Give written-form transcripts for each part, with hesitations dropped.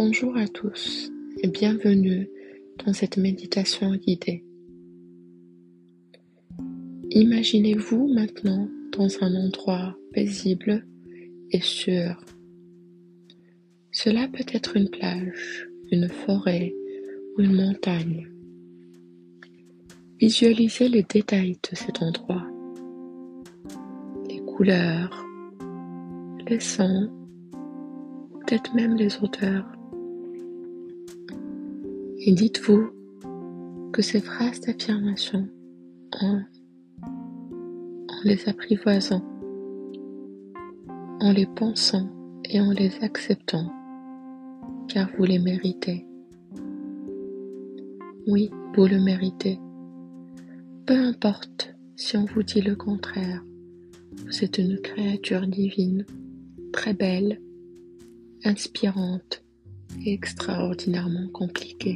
Bonjour à tous et bienvenue dans cette méditation guidée. Imaginez-vous maintenant dans un endroit paisible et sûr. Cela peut être une plage, une forêt ou une montagne. Visualisez les détails de cet endroit, les couleurs, les sons, peut-être même les odeurs. Et dites-vous que ces phrases d'affirmation, en les apprivoisant, en les pensant et en les acceptant, car vous les méritez. Oui, vous le méritez. Peu importe si on vous dit le contraire, vous êtes une créature divine, très belle, inspirante et extraordinairement compliquée.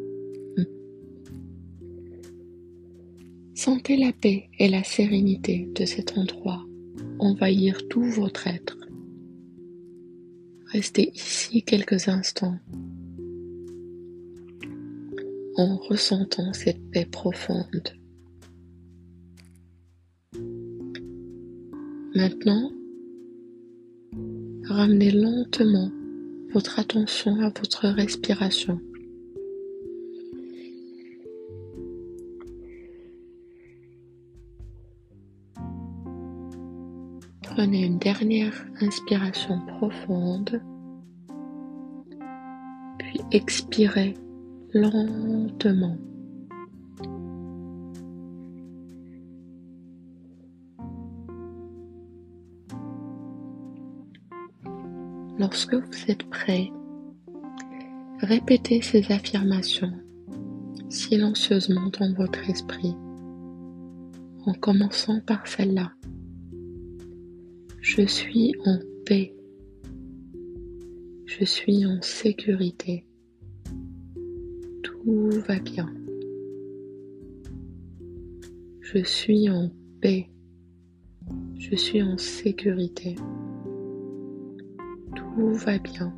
Sentez la paix et la sérénité de cet endroit envahir tout votre être. Restez ici quelques instants en ressentant cette paix profonde. Maintenant, ramenez lentement votre attention à votre respiration. Prenez une dernière inspiration profonde, puis expirez lentement. Lorsque vous êtes prêt, répétez ces affirmations silencieusement dans votre esprit, en commençant par celle-là. Je suis en paix. Je suis en sécurité. Tout va bien. Je suis en paix. Je suis en sécurité. Tout va bien.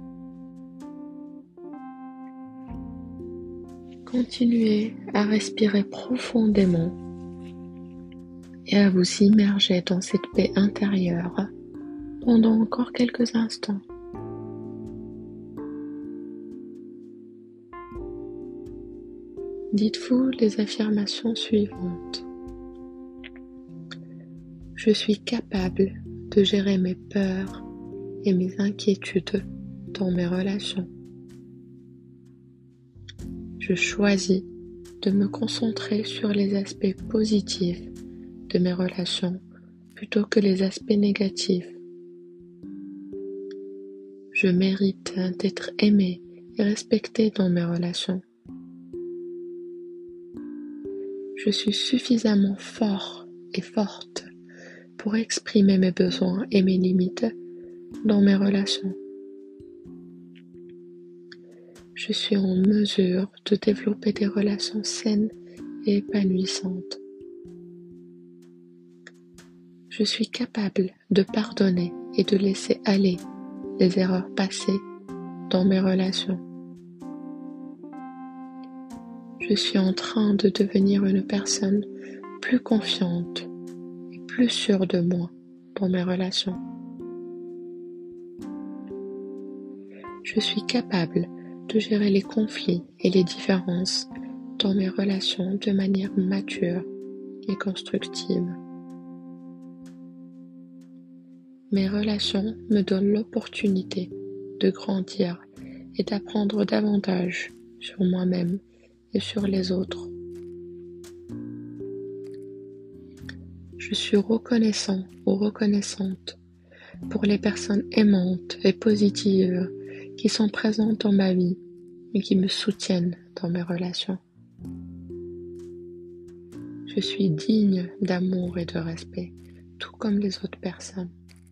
Continuez à respirer profondément et à vous immerger dans cette paix intérieure pendant encore quelques instants. Dites-vous les affirmations suivantes. Je suis capable de gérer mes peurs et mes inquiétudes dans mes relations. Je choisis de me concentrer sur les aspects positifs de mes relations plutôt que les aspects négatifs. Je mérite d'être aimé et respecté dans mes relations. Je suis suffisamment fort et forte pour exprimer mes besoins et mes limites dans mes relations. Je suis en mesure de développer des relations saines et épanouissantes. Je suis capable de pardonner et de laisser aller les erreurs passées dans mes relations. Je suis en train de devenir une personne plus confiante et plus sûre de moi dans mes relations. Je suis capable de gérer les conflits et les différences dans mes relations de manière mature et constructive. Mes relations me donnent l'opportunité de grandir et d'apprendre davantage sur moi-même et sur les autres. Je suis reconnaissant ou reconnaissante pour les personnes aimantes et positives qui sont présentes dans ma vie et qui me soutiennent dans mes relations. Je suis digne d'amour et de respect, tout comme les autres personnes.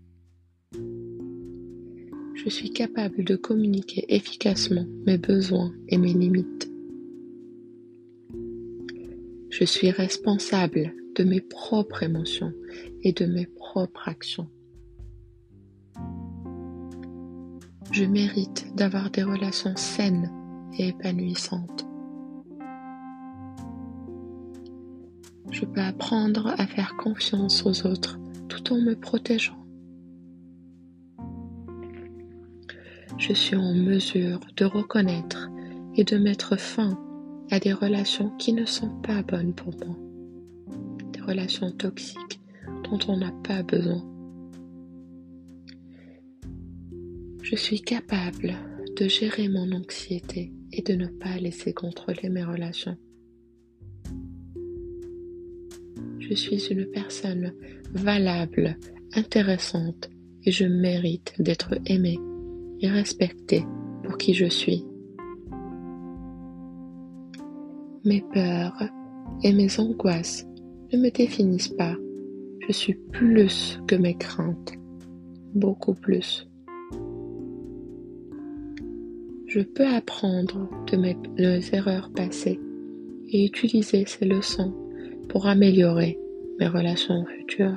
Je suis capable de communiquer efficacement mes besoins et mes limites. Je suis responsable de mes propres émotions et de mes propres actions. Je mérite d'avoir des relations saines et épanouissantes. Je peux apprendre à faire confiance aux autres tout en me protégeant. Je suis en mesure de reconnaître et de mettre fin à des relations qui ne sont pas bonnes pour moi, des relations toxiques dont on n'a pas besoin. Je suis capable de gérer mon anxiété et de ne pas laisser contrôler mes relations. Je suis une personne valable, intéressante et je mérite d'être aimée et respectée pour qui je suis. Mes peurs et mes angoisses ne me définissent pas. Je suis plus que mes craintes, beaucoup plus. Je peux apprendre de mes erreurs passées et utiliser ces leçons pour améliorer mes relations futures.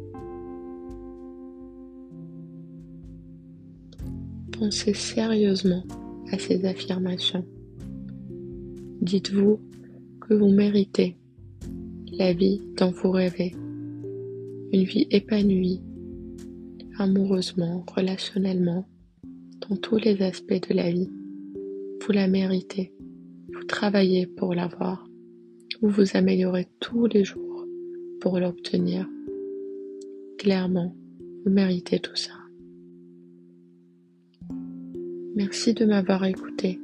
Pensez sérieusement à ces affirmations. Dites-vous que vous méritez la vie dont vous rêvez, une vie épanouie, amoureusement, relationnellement, dans tous les aspects de la vie. Vous la méritez, vous travaillez pour l'avoir, vous vous améliorez tous les jours pour l'obtenir. Clairement, vous méritez tout ça. Merci de m'avoir écouté.